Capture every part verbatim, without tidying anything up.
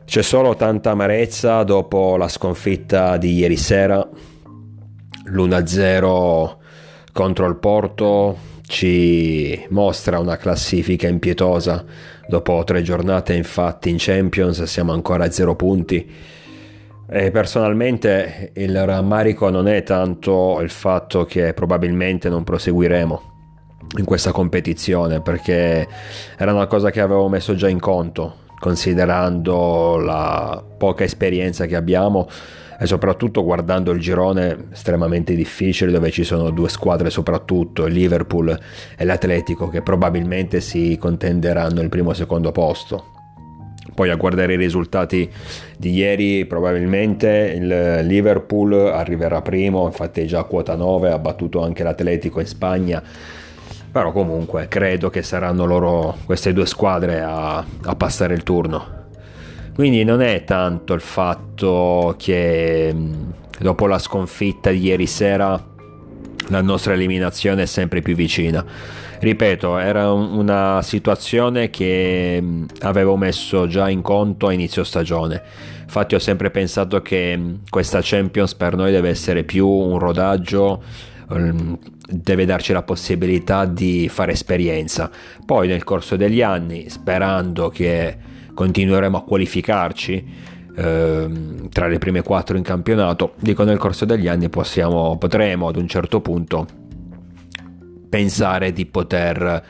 C'è solo tanta amarezza dopo la sconfitta di ieri sera. l'uno a zero contro il Porto ci mostra una classifica impietosa. Dopo tre giornate infatti in Champions siamo ancora a zero punti. E personalmente il rammarico non è tanto il fatto che probabilmente non proseguiremo in questa competizione, perché era una cosa che avevo messo già in conto, considerando la poca esperienza che abbiamo e soprattutto guardando il girone estremamente difficile, dove ci sono due squadre, soprattutto il Liverpool e l'Atletico, che probabilmente si contenderanno il primo e secondo posto. Poi a guardare i risultati di ieri, probabilmente il Liverpool arriverà primo, infatti è già a quota nove, ha battuto anche l'Atletico in Spagna, però comunque credo che saranno loro, queste due squadre, a, a passare il turno. Quindi non è tanto il fatto che dopo la sconfitta di ieri sera la nostra eliminazione è sempre più vicina. Ripeto, era una situazione che avevo messo già in conto a inizio stagione. Infatti ho sempre pensato che questa Champions per noi deve essere più un rodaggio, deve darci la possibilità di fare esperienza. Poi nel corso degli anni, sperando che continueremo a qualificarci eh, tra le prime quattro in campionato, dico nel corso degli anni possiamo, potremo ad un certo punto pensare di poter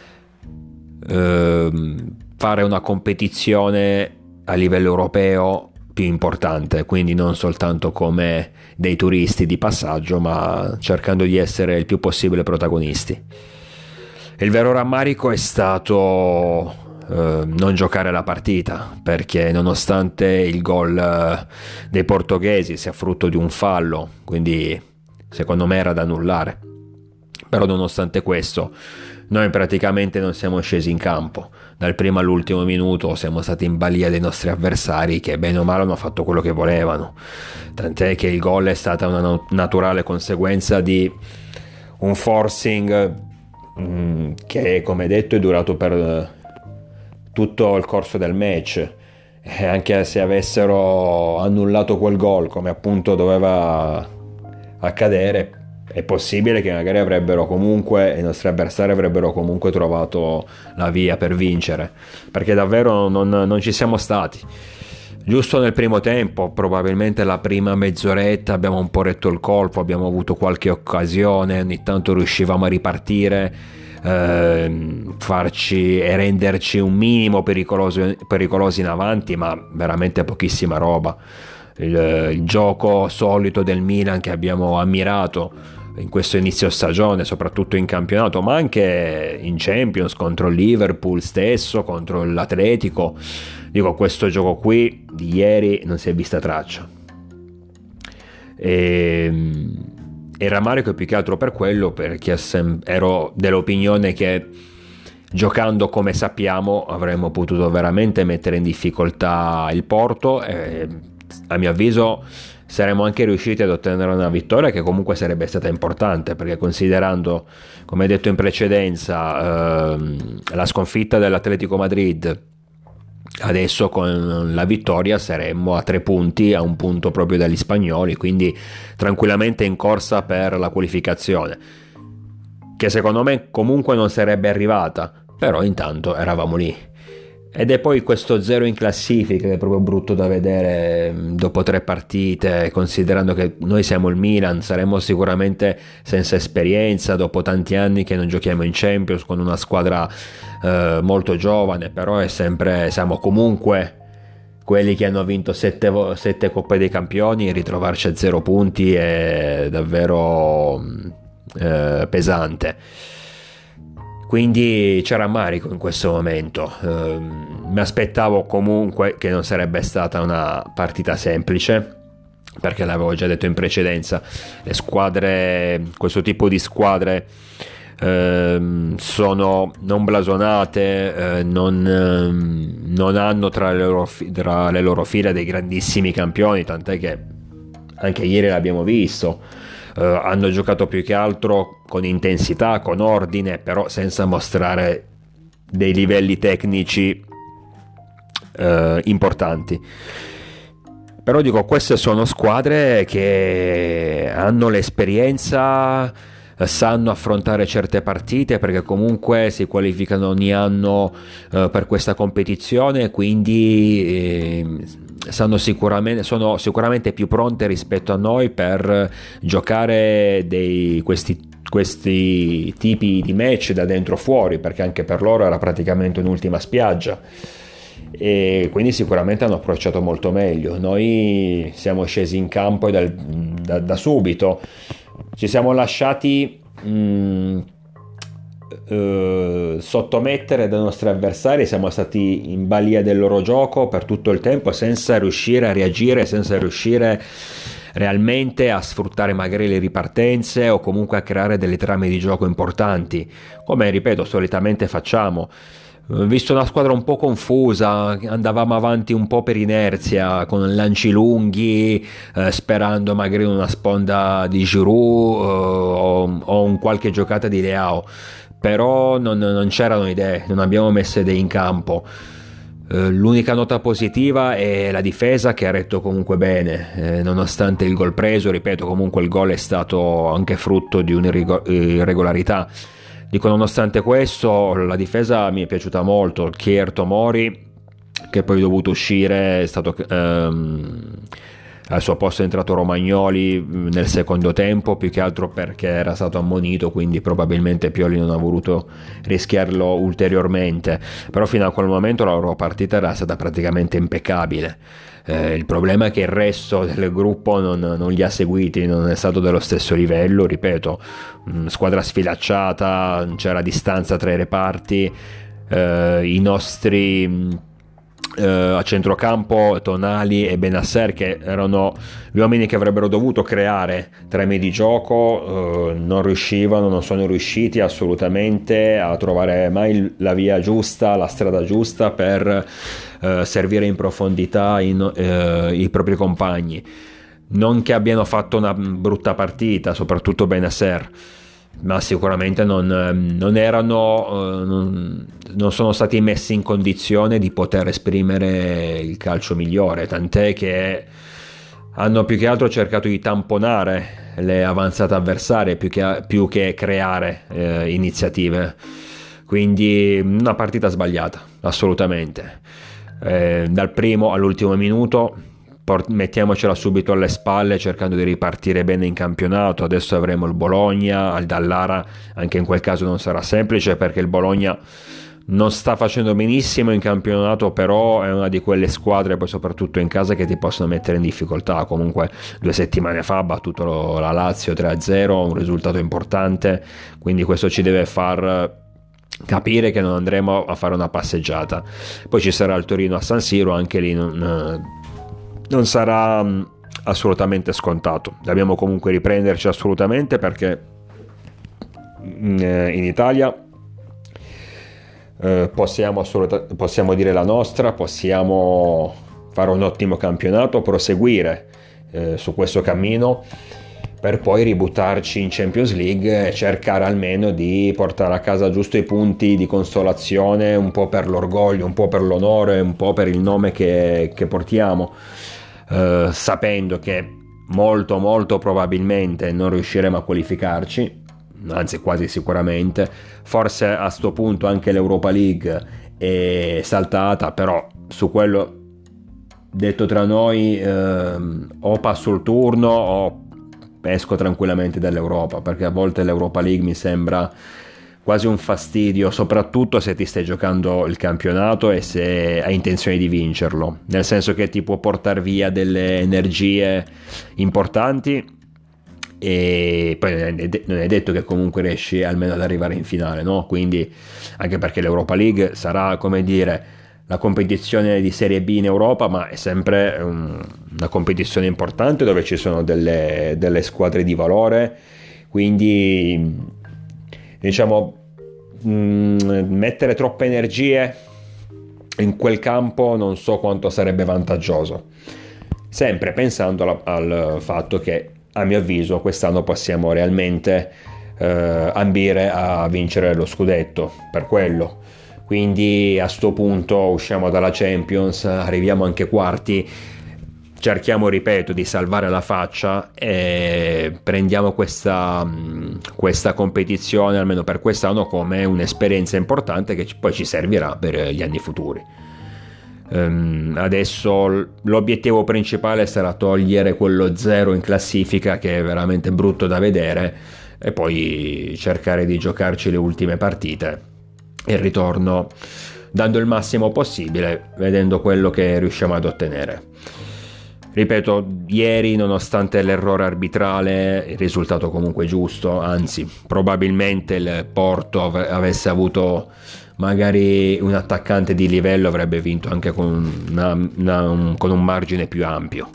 eh, fare una competizione a livello europeo più importante, quindi non soltanto come dei turisti di passaggio, ma cercando di essere il più possibile protagonisti. Il vero rammarico è stato Uh, non giocare la partita, perché nonostante il gol uh, dei portoghesi sia frutto di un fallo, quindi secondo me era da annullare, però nonostante questo noi praticamente non siamo scesi in campo. Dal primo all'ultimo minuto siamo stati in balia dei nostri avversari, che bene o male hanno fatto quello che volevano, tant'è che il gol è stata una naturale conseguenza di un forcing mm, che, come detto, è durato per tutto il corso del match, e anche se avessero annullato quel gol come appunto doveva accadere, è possibile che magari avrebbero comunque, i nostri avversari avrebbero comunque trovato la via per vincere, perché davvero non, non ci siamo stati. Giusto nel primo tempo, probabilmente la prima mezz'oretta, abbiamo un po' retto il colpo, abbiamo avuto qualche occasione, ogni tanto riuscivamo a ripartire, ehm, farci e renderci un minimo pericoloso, pericolosi in avanti, ma veramente pochissima roba. Il, il gioco solito del Milan che abbiamo ammirato in questo inizio stagione, soprattutto in campionato, ma anche in Champions, contro il Liverpool stesso, contro l'Atletico. Dico, questo gioco qui di ieri non si è vista traccia. E il rammarico è più che altro per quello, perché ero dell'opinione che giocando come sappiamo avremmo potuto veramente mettere in difficoltà il Porto, e a mio avviso saremmo anche riusciti ad ottenere una vittoria che comunque sarebbe stata importante, perché considerando, come detto in precedenza, ehm, la sconfitta dell'Atletico Madrid, adesso con la vittoria saremmo a tre punti, a un punto proprio dagli spagnoli, quindi tranquillamente in corsa per la qualificazione, che secondo me comunque non sarebbe arrivata, però intanto eravamo lì. Ed è poi questo zero in classifica che è proprio brutto da vedere dopo tre partite, considerando che noi siamo il Milan, saremmo sicuramente senza esperienza dopo tanti anni che non giochiamo in Champions, con una squadra eh, molto giovane, però è sempre, siamo comunque quelli che hanno vinto sette, sette Coppe dei Campioni, e ritrovarci a zero punti è davvero eh, pesante. Quindi c'era rammarico in questo momento. Eh, mi aspettavo comunque che non sarebbe stata una partita semplice, perché l'avevo già detto in precedenza, le squadre, questo tipo di squadre eh, sono non blasonate, eh, non, eh, non hanno tra le, loro, tra le loro file dei grandissimi campioni, tant'è che anche ieri l'abbiamo visto. Uh, hanno giocato più che altro con intensità, con ordine, però senza mostrare dei livelli tecnici eh, importanti. Però dico, queste sono squadre che hanno l'esperienza, sanno affrontare certe partite, perché comunque si qualificano ogni anno eh, per questa competizione, quindi eh, sanno sicuramente, sono sicuramente più pronte rispetto a noi per giocare dei, questi, questi tipi di match da dentro fuori, perché anche per loro era praticamente un'ultima spiaggia, e quindi sicuramente hanno approcciato molto meglio. Noi siamo scesi in campo e dal, da, da subito ci siamo lasciati mh, eh, sottomettere dai nostri avversari, siamo stati in balia del loro gioco per tutto il tempo senza riuscire a reagire, senza riuscire realmente a sfruttare magari le ripartenze o comunque a creare delle trame di gioco importanti, come ripeto solitamente facciamo. Visto una squadra un po' confusa, andavamo avanti un po' per inerzia con lanci lunghi, eh, sperando magari in una sponda di Giroud eh, o, o un qualche giocata di Leao, però non, non c'erano idee, non abbiamo messo idee in campo. Eh, l'unica nota positiva è la difesa, che ha retto comunque bene, eh, nonostante il gol preso. Ripeto, comunque il gol è stato anche frutto di un'irregolarità. Dico, nonostante questo la difesa mi è piaciuta molto. Kier Tomori, che poi è dovuto uscire, è stato ehm, al suo posto è entrato Romagnoli nel secondo tempo, più che altro perché era stato ammonito, quindi probabilmente Pioli non ha voluto rischiarlo ulteriormente, però fino a quel momento la loro partita era stata praticamente impeccabile. Eh, il problema è che il resto del gruppo non, non li ha seguiti, non è stato dello stesso livello, ripeto, mh, squadra sfilacciata, c'era distanza tra i reparti, eh, i nostri mh, eh, a centrocampo Tonali e Benasser, che erano gli uomini che avrebbero dovuto creare trame di gioco, eh, non riuscivano, non sono riusciti assolutamente a trovare mai la via giusta, la strada giusta per eh, servire in profondità in, eh, i propri compagni. Non che abbiano fatto una brutta partita, soprattutto Benasser, ma sicuramente non, non erano eh, non, non sono stati messi in condizione di poter esprimere il calcio migliore, tant'è che hanno più che altro cercato di tamponare le avanzate avversarie più che, più che creare eh, iniziative. Quindi una partita sbagliata assolutamente, eh, dal primo all'ultimo minuto. Mettiamocela subito alle spalle, cercando di ripartire bene in campionato. Adesso avremo il Bologna al Dallara, anche in quel caso non sarà semplice, perché il Bologna non sta facendo benissimo in campionato, però è una di quelle squadre, poi soprattutto in casa, che ti possono mettere in difficoltà. Comunque due settimane fa ha battuto la Lazio tre a zero, un risultato importante, quindi questo ci deve far capire che non andremo a fare una passeggiata. Poi ci sarà il Torino a San Siro, anche lì non non sarà assolutamente scontato. Dobbiamo comunque riprenderci assolutamente, perché in Italia eh, possiamo, assoluta- possiamo dire la nostra, possiamo fare un ottimo campionato, proseguire eh, su questo cammino per poi ributtarci in Champions League e cercare almeno di portare a casa giusto i punti di consolazione, un po' per l'orgoglio, un po' per l'onore, un po' per il nome che, che portiamo. Uh, sapendo che molto molto probabilmente non riusciremo a qualificarci, anzi quasi sicuramente. Forse a sto punto anche l'Europa League è saltata, però su quello, detto tra noi, uh, o passo il turno o esco tranquillamente dall'Europa, perché a volte l'Europa League mi sembra quasi un fastidio, soprattutto se ti stai giocando il campionato e se hai intenzione di vincerlo, nel senso che ti può portare via delle energie importanti, e poi non è detto che comunque riesci almeno ad arrivare in finale, no? Quindi, anche perché l'Europa League sarà, come dire, la competizione di Serie B in Europa, ma è sempre um, una competizione importante dove ci sono delle, delle squadre di valore, quindi diciamo mh, mettere troppe energie in quel campo non so quanto sarebbe vantaggioso, sempre pensando alla, al fatto che, a mio avviso, quest'anno possiamo realmente eh, ambire a vincere lo scudetto. Per quello quindi a sto punto usciamo dalla Champions, arriviamo anche quarti, cerchiamo, ripeto, di salvare la faccia e prendiamo questa, questa competizione, almeno per quest'anno, come un'esperienza importante che poi ci servirà per gli anni futuri. Um, adesso l'obiettivo principale sarà togliere quello zero in classifica, che è veramente brutto da vedere, e poi cercare di giocarci le ultime partite e il ritorno dando il massimo possibile, vedendo quello che riusciamo ad ottenere. Ripeto, ieri, nonostante l'errore arbitrale, il risultato comunque giusto, anzi probabilmente il Porto avesse avuto magari un attaccante di livello, avrebbe vinto anche con, una, una, un, con un margine più ampio.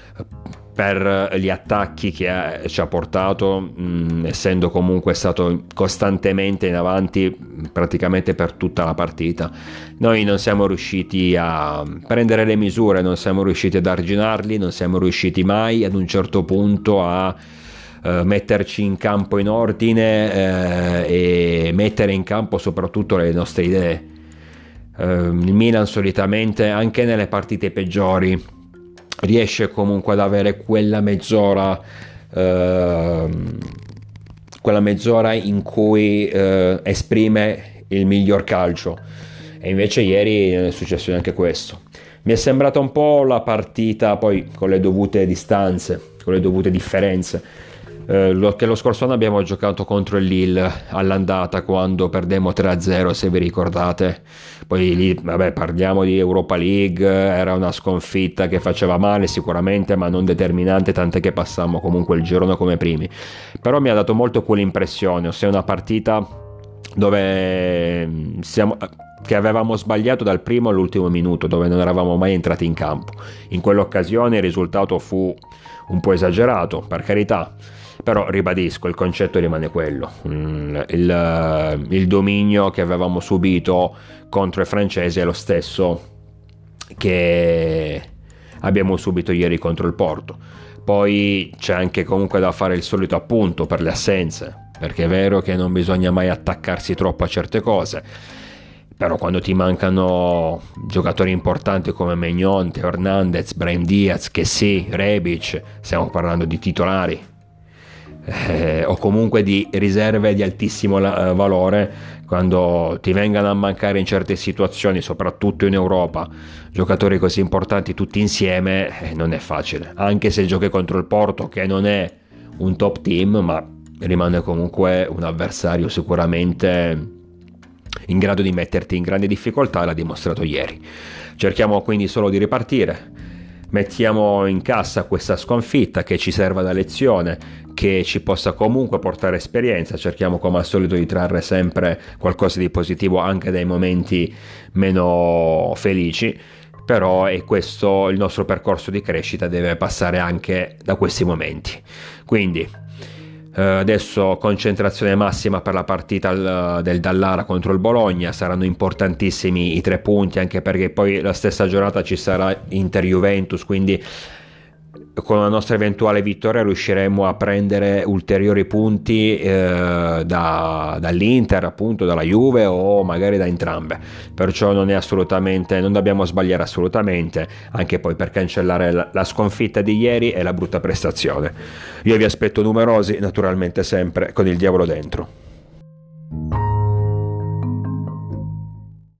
Per gli attacchi che ha, ci ha portato, mh, essendo comunque stato costantemente in avanti praticamente per tutta la partita, noi non siamo riusciti a prendere le misure, non siamo riusciti ad arginarli, non siamo riusciti mai ad un certo punto a eh, metterci in campo in ordine eh, e mettere in campo soprattutto le nostre idee. Eh, il Milan solitamente, anche nelle partite peggiori, riesce comunque ad avere quella mezz'ora eh, quella mezz'ora in cui eh, esprime il miglior calcio, e invece ieri non è successo neanche questo. Mi è sembrata un po' la partita, poi con le dovute distanze, con le dovute differenze, eh, lo, che lo scorso anno abbiamo giocato contro il Lille all'andata, quando perdemmo tre a zero, se vi ricordate. Poi lì, vabbè, parliamo di Europa League, era una sconfitta che faceva male sicuramente, ma non determinante, tant'è che passammo comunque il girone come primi. Però mi ha dato molto quell'impressione, ossia una partita dove siamo, che avevamo sbagliato dal primo all'ultimo minuto, dove non eravamo mai entrati in campo. In quell'occasione il risultato fu un po' esagerato, per carità, però ribadisco, il concetto rimane quello. Il, il, il dominio che avevamo subito contro i francesi è lo stesso che abbiamo subito ieri contro il Porto. Poi c'è anche comunque da fare il solito appunto per le assenze, perché è vero che non bisogna mai attaccarsi troppo a certe cose, però quando ti mancano giocatori importanti come Maignan, Teo Hernandez, Brahim Diaz, Kessie, Rebic, stiamo parlando di titolari, Eh, o comunque di riserve di altissimo la, eh, valore, quando ti vengano a mancare in certe situazioni, soprattutto in Europa, giocatori così importanti tutti insieme, eh, non è facile, anche se giochi contro il Porto, che non è un top team, ma rimane comunque un avversario sicuramente in grado di metterti in grande difficoltà, l'ha dimostrato ieri. Cerchiamo quindi solo di ripartire, mettiamo in cassa questa sconfitta che ci serva da lezione, che ci possa comunque portare esperienza, cerchiamo come al solito di trarre sempre qualcosa di positivo anche dai momenti meno felici, però è questo il nostro percorso di crescita, deve passare anche da questi momenti. Quindi eh, adesso concentrazione massima per la partita al, del Dallara contro il Bologna, saranno importantissimi i tre punti, anche perché poi la stessa giornata ci sarà Inter-Juventus, quindi con la nostra eventuale vittoria riusciremo a prendere ulteriori punti eh, da, dall'Inter, appunto, dalla Juve o magari da entrambe, perciò non è assolutamente, non dobbiamo sbagliare assolutamente, anche poi per cancellare la, la sconfitta di ieri e la brutta prestazione. Io vi aspetto numerosi, naturalmente sempre con il diavolo dentro.